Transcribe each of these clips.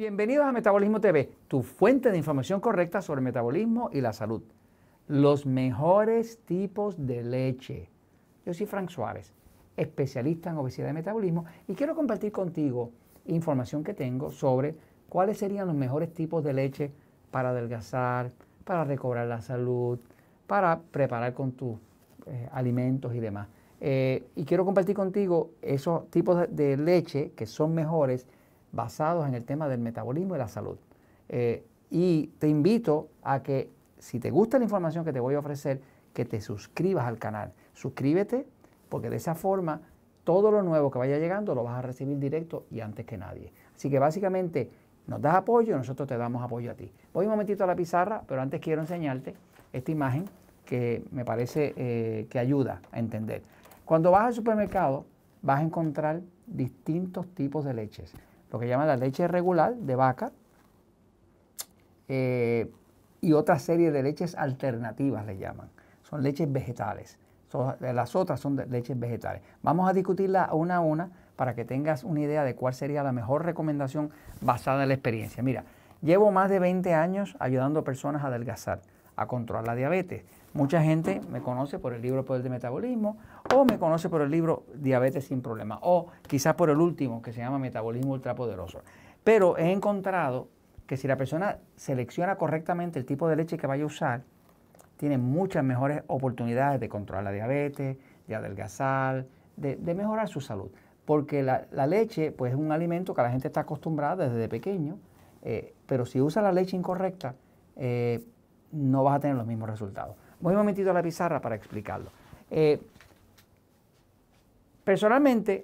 Bienvenidos a Metabolismo TV, tu fuente de información correcta sobre el metabolismo y la salud. Los mejores tipos de leche. Yo soy Frank Suárez, especialista en obesidad y metabolismo, y quiero compartir contigo información que tengo sobre cuáles serían los mejores tipos de leche para adelgazar, para recobrar la salud, para preparar con tus alimentos y demás. Y quiero compartir contigo esos tipos de leche que son mejores basados en el tema del metabolismo y la salud. Y te invito a que, si te gusta la información que te voy a ofrecer, que te suscribas al canal. Suscríbete, porque de esa forma todo lo nuevo que vaya llegando lo vas a recibir directo y antes que nadie. Así que básicamente nos das apoyo y nosotros te damos apoyo a ti. Voy un momentito a la pizarra, pero antes quiero enseñarte esta imagen que me parece que ayuda a entender. Cuando vas al supermercado vas a encontrar distintos tipos de leches. Lo que llaman la leche regular de vaca y otra serie de leches alternativas le llaman. Son leches vegetales. Las otras son leches vegetales. Vamos a discutirla una a una para que tengas una idea de cuál sería la mejor recomendación basada en la experiencia. Mira, llevo más de 20 años ayudando a personas a adelgazar, a controlar la diabetes. Mucha gente me conoce por el libro Poder de Metabolismo, o me conoce por el libro Diabetes sin Problemas, o quizás por el último que se llama Metabolismo Ultrapoderoso. Pero he encontrado que si la persona selecciona correctamente el tipo de leche que vaya a usar, tiene muchas mejores oportunidades de controlar la diabetes, de adelgazar, de mejorar su salud. Porque la leche pues, es un alimento que la gente está acostumbrada desde pequeño, pero si usa la leche incorrecta, no vas a tener los mismos resultados. Voy un momentito a la pizarra para explicarlo. Personalmente,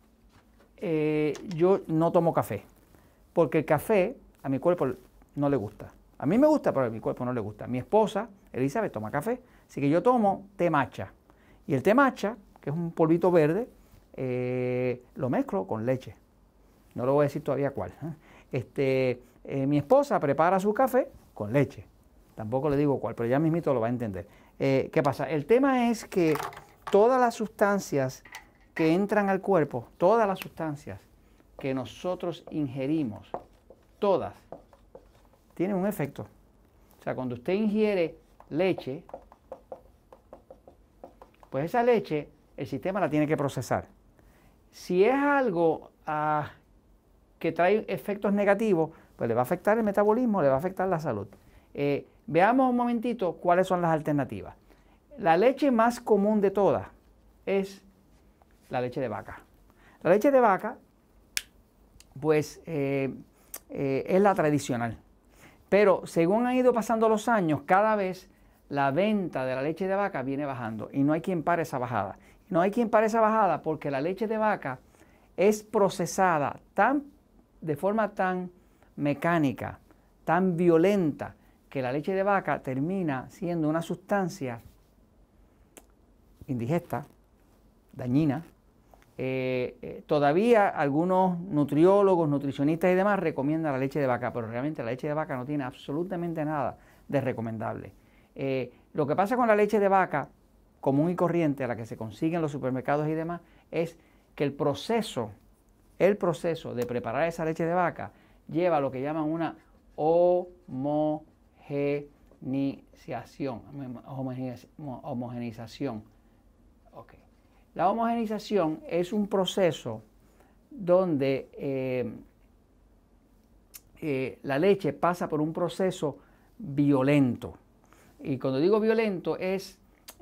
yo no tomo café, porque el café a mi cuerpo no le gusta. A mí me gusta, pero a mi cuerpo no le gusta. Mi esposa, Elizabeth, toma café, así que yo tomo té matcha. Y el té matcha, que es un polvito verde, lo mezclo con leche. No le voy a decir todavía cuál. Mi esposa prepara su café con leche. Tampoco le digo cuál, pero ya mismito lo va a entender. ¿Qué pasa? El tema es que todas las sustancias que entran al cuerpo, todas las sustancias que nosotros ingerimos, todas, tienen un efecto. O sea, cuando usted ingiere leche, pues esa leche el sistema la tiene que procesar. Si es algo que trae efectos negativos, pues le va a afectar el metabolismo, le va a afectar la salud. Veamos un momentito cuáles son las alternativas. La leche más común de todas es la leche de vaca. La leche de vaca, pues, es la tradicional. Pero según han ido pasando los años, cada vez la venta de la leche de vaca viene bajando y no hay quien pare esa bajada. No hay quien pare esa bajada porque la leche de vaca es procesada de forma tan mecánica, tan violenta, que la leche de vaca termina siendo una sustancia indigesta, dañina. Todavía algunos nutriólogos, nutricionistas y demás recomiendan la leche de vaca, pero realmente la leche de vaca no tiene absolutamente nada de recomendable. Lo que pasa con la leche de vaca común y corriente, a la que se consigue en los supermercados y demás, es que el proceso de preparar esa leche de vaca lleva lo que llaman una homogenización. Okay. La homogenización es un proceso donde la leche pasa por un proceso violento. Y cuando digo violento es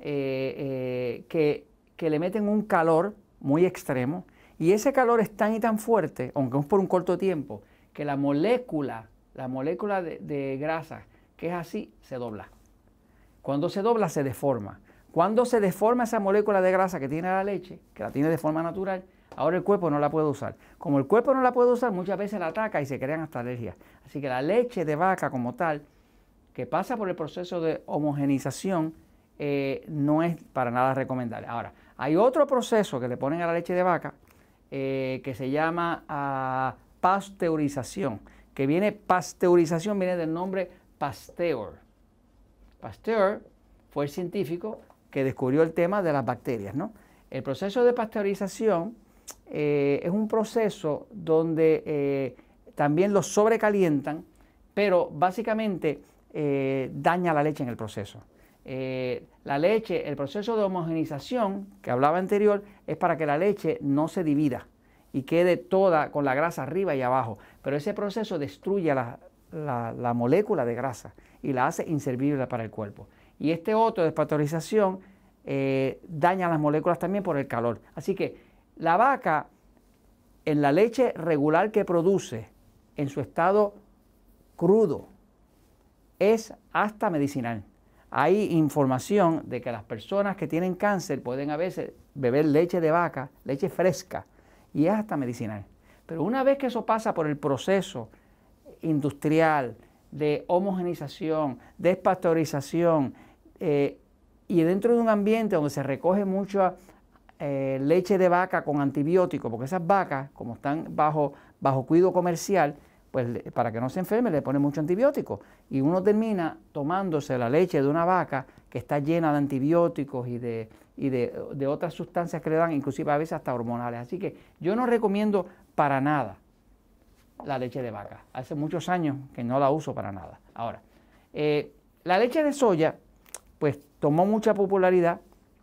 que le meten un calor muy extremo y ese calor es tan y tan fuerte, aunque es por un corto tiempo, que la molécula de grasa, que es así, se dobla. Cuando se dobla, se deforma. Cuando se deforma esa molécula de grasa que tiene la leche, que la tiene de forma natural, ahora el cuerpo no la puede usar. Como el cuerpo no la puede usar, muchas veces la ataca y se crean hasta alergias. Así que la leche de vaca como tal, que pasa por el proceso de homogenización, no es para nada recomendable. Ahora, hay otro proceso que le ponen a la leche de vaca que se llama pasteurización. Pasteurización viene del nombre Pasteur. Pasteur fue el científico que descubrió el tema de las bacterias, ¿no? El proceso de pasteurización es un proceso donde también lo sobrecalientan, pero básicamente daña la leche en el proceso. La leche, el proceso de homogenización que hablaba anterior, es para que la leche no se divida y quede toda con la grasa arriba y abajo, pero ese proceso destruye la molécula de grasa y la hace inservible para el cuerpo. Y este otro de despasteurización daña las moléculas también por el calor. Así que la vaca, en la leche regular que produce, en su estado crudo, es hasta medicinal. Hay información de que las personas que tienen cáncer pueden a veces beber leche de vaca, leche fresca, y es hasta medicinal. Pero una vez que eso pasa por el proceso industrial de homogenización, despasteurización, y dentro de un ambiente donde se recoge mucha leche de vaca con antibióticos, porque esas vacas, como están bajo cuidado comercial, pues para que no se enferme le ponen mucho antibiótico. Y uno termina tomándose la leche de una vaca que está llena de antibióticos y de otras sustancias que le dan, inclusive a veces hasta hormonales. Así que yo no recomiendo para nada la leche de vaca. Hace muchos años que no la uso para nada. Ahora, la leche de soya, pues tomó mucha popularidad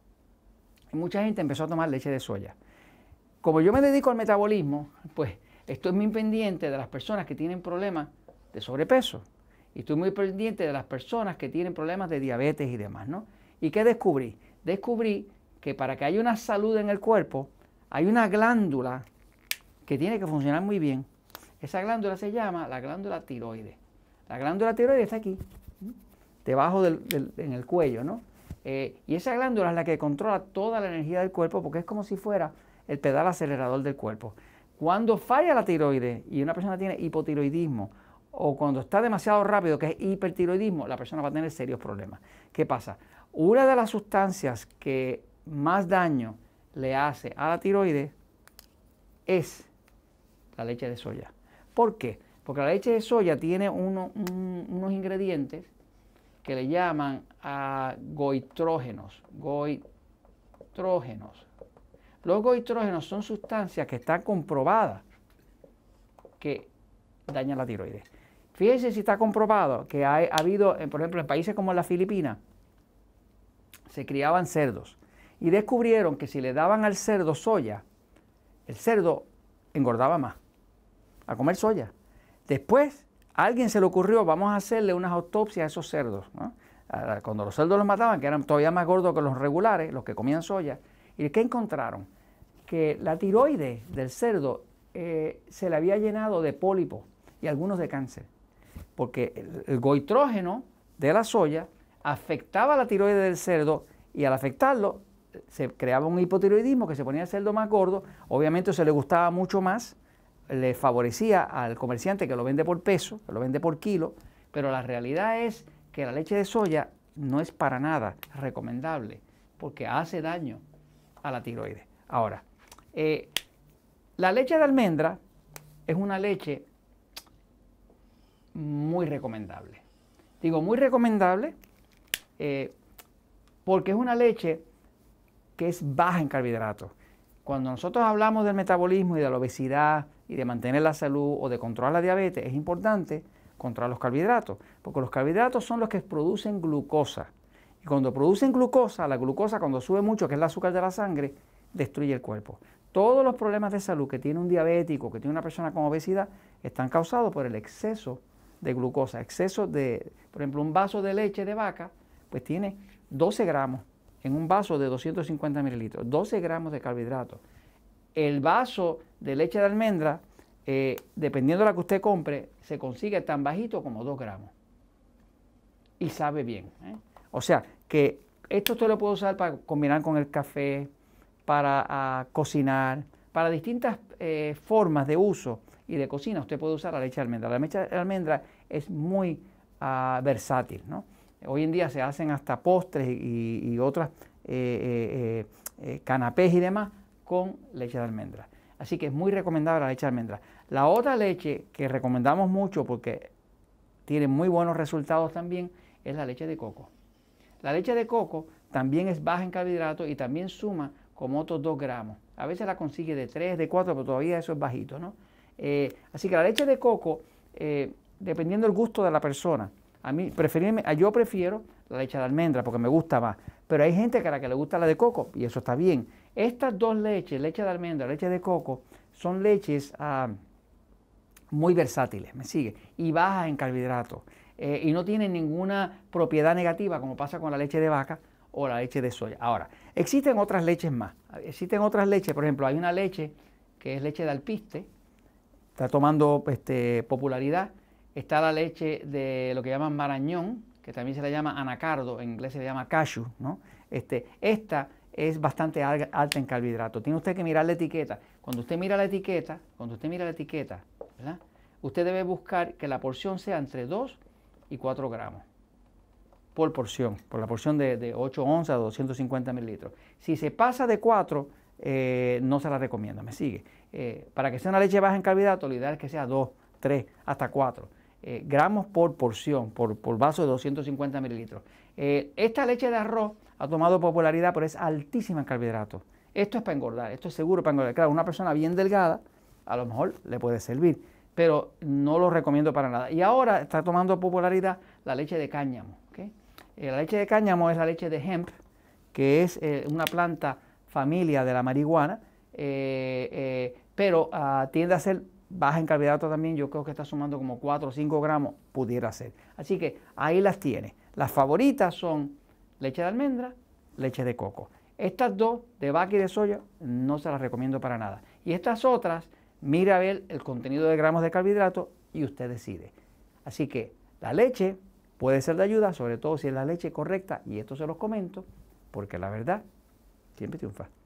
y mucha gente empezó a tomar leche de soya. Como yo me dedico al metabolismo, pues estoy muy pendiente de las personas que tienen problemas de sobrepeso y estoy muy pendiente de las personas que tienen problemas de diabetes y demás, ¿no? ¿Y qué descubrí? Descubrí que para que haya una salud en el cuerpo, hay una glándula que tiene que funcionar muy bien. Esa glándula se llama la glándula tiroides. La glándula tiroides está aquí, debajo en el cuello, ¿no? Y esa glándula es la que controla toda la energía del cuerpo porque es como si fuera el pedal acelerador del cuerpo. Cuando falla la tiroides y una persona tiene hipotiroidismo o cuando está demasiado rápido, que es hipertiroidismo, la persona va a tener serios problemas. ¿Qué pasa? Una de las sustancias que más daño le hace a la tiroides es la leche de soya. ¿Por qué? Porque la leche de soya tiene unos ingredientes que le llaman goitrógenos. Los goitrógenos son sustancias que están comprobadas que dañan la tiroides. Fíjense si está comprobado que ha habido, por ejemplo, en países como las Filipinas, se criaban cerdos y descubrieron que si le daban al cerdo soya, el cerdo engordaba más a comer soya. Después, a alguien se le ocurrió, vamos a hacerle unas autopsias a esos cerdos, ¿no? Cuando los cerdos los mataban, que eran todavía más gordos que los regulares, los que comían soya, ¿y qué encontraron? Que la tiroides del cerdo se le había llenado de pólipos y algunos de cáncer, porque el goitrógeno de la soya afectaba la tiroides del cerdo y al afectarlo se creaba un hipotiroidismo que se ponía el cerdo más gordo, obviamente se le gustaba mucho más, le favorecía al comerciante que lo vende por peso, que lo vende por kilo, pero la realidad es que la leche de soya no es para nada recomendable porque hace daño a la tiroides. Ahora, la leche de almendra es una leche muy recomendable. Digo muy recomendable porque es una leche que es baja en carbohidratos. Cuando nosotros hablamos del metabolismo y de la obesidad y de mantener la salud o de controlar la diabetes, es importante controlar los carbohidratos, porque los carbohidratos son los que producen glucosa. Y cuando producen glucosa, la glucosa cuando sube mucho, que es el azúcar de la sangre, destruye el cuerpo. Todos los problemas de salud que tiene un diabético, que tiene una persona con obesidad, están causados por el exceso de glucosa. Exceso de, por ejemplo, un vaso de leche de vaca, pues tiene 12 gramos en un vaso de 250 mililitros, 12 gramos de carbohidratos. El vaso de leche de almendra, dependiendo de la que usted compre, se consigue tan bajito como 2 gramos. Y sabe bien, ¿eh? O sea, que esto usted lo puede usar para combinar con el café, para cocinar, para distintas formas de uso y de cocina. Usted puede usar la leche de almendra. La leche de almendra es muy versátil, ¿no? Hoy en día se hacen hasta postres y otras canapés y demás con leche de almendra. Así que es muy recomendable la leche de almendra. La otra leche que recomendamos mucho porque tiene muy buenos resultados también es la leche de coco. La leche de coco también es baja en carbohidratos y también suma como otros 2 gramos. A veces la consigue de 3, de 4, pero todavía eso es bajito, ¿no? Así que la leche de coco, dependiendo del gusto de la persona, yo prefiero la leche de almendra porque me gusta más, pero hay gente a la que le gusta la de coco y eso está bien. Estas dos leches, leche de almendra, leche de coco, son leches muy versátiles, ¿me sigue? Y bajas en carbohidratos. Y no tienen ninguna propiedad negativa como pasa con la leche de vaca o la leche de soya. Ahora, existen otras leches más. Existen otras leches, por ejemplo, hay una leche que es leche de alpiste, está tomando popularidad. Está la leche de lo que llaman marañón, que también se le llama anacardo, en inglés se le llama cashew, ¿no? Esta es bastante alta en carbohidratos. Tiene usted que mirar la etiqueta. Cuando usted mira la etiqueta, ¿verdad? Usted debe buscar que la porción sea entre 2 y 4 gramos por porción, por la porción de 8 onzas, 250 mililitros. Si se pasa de 4, no se la recomiendo, ¿me sigue? Para que sea una leche baja en carbohidratos, lo ideal es que sea 2, 3, hasta 4 gramos por porción, por vaso de 250 mililitros. Esta leche de arroz ha tomado popularidad, pero es altísima en carbohidratos. Esto es para engordar, esto es seguro para engordar. Claro, una persona bien delgada, a lo mejor le puede servir, pero no lo recomiendo para nada. Y ahora está tomando popularidad la leche de cáñamo. ¿Okay? La leche de cáñamo es la leche de hemp, que es una planta familia de la marihuana, pero tiende a ser baja en carbohidratos también. Yo creo que está sumando como 4 o 5 gramos, pudiera ser. Así que ahí las tiene. Las favoritas son leche de almendra, leche de coco. Estas dos, de vaca y de soya, no se las recomiendo para nada. Y estas otras, mire a ver el contenido de gramos de carbohidratos y usted decide. Así que la leche puede ser de ayuda, sobre todo si es la leche correcta, y esto se los comento, porque la verdad siempre triunfa.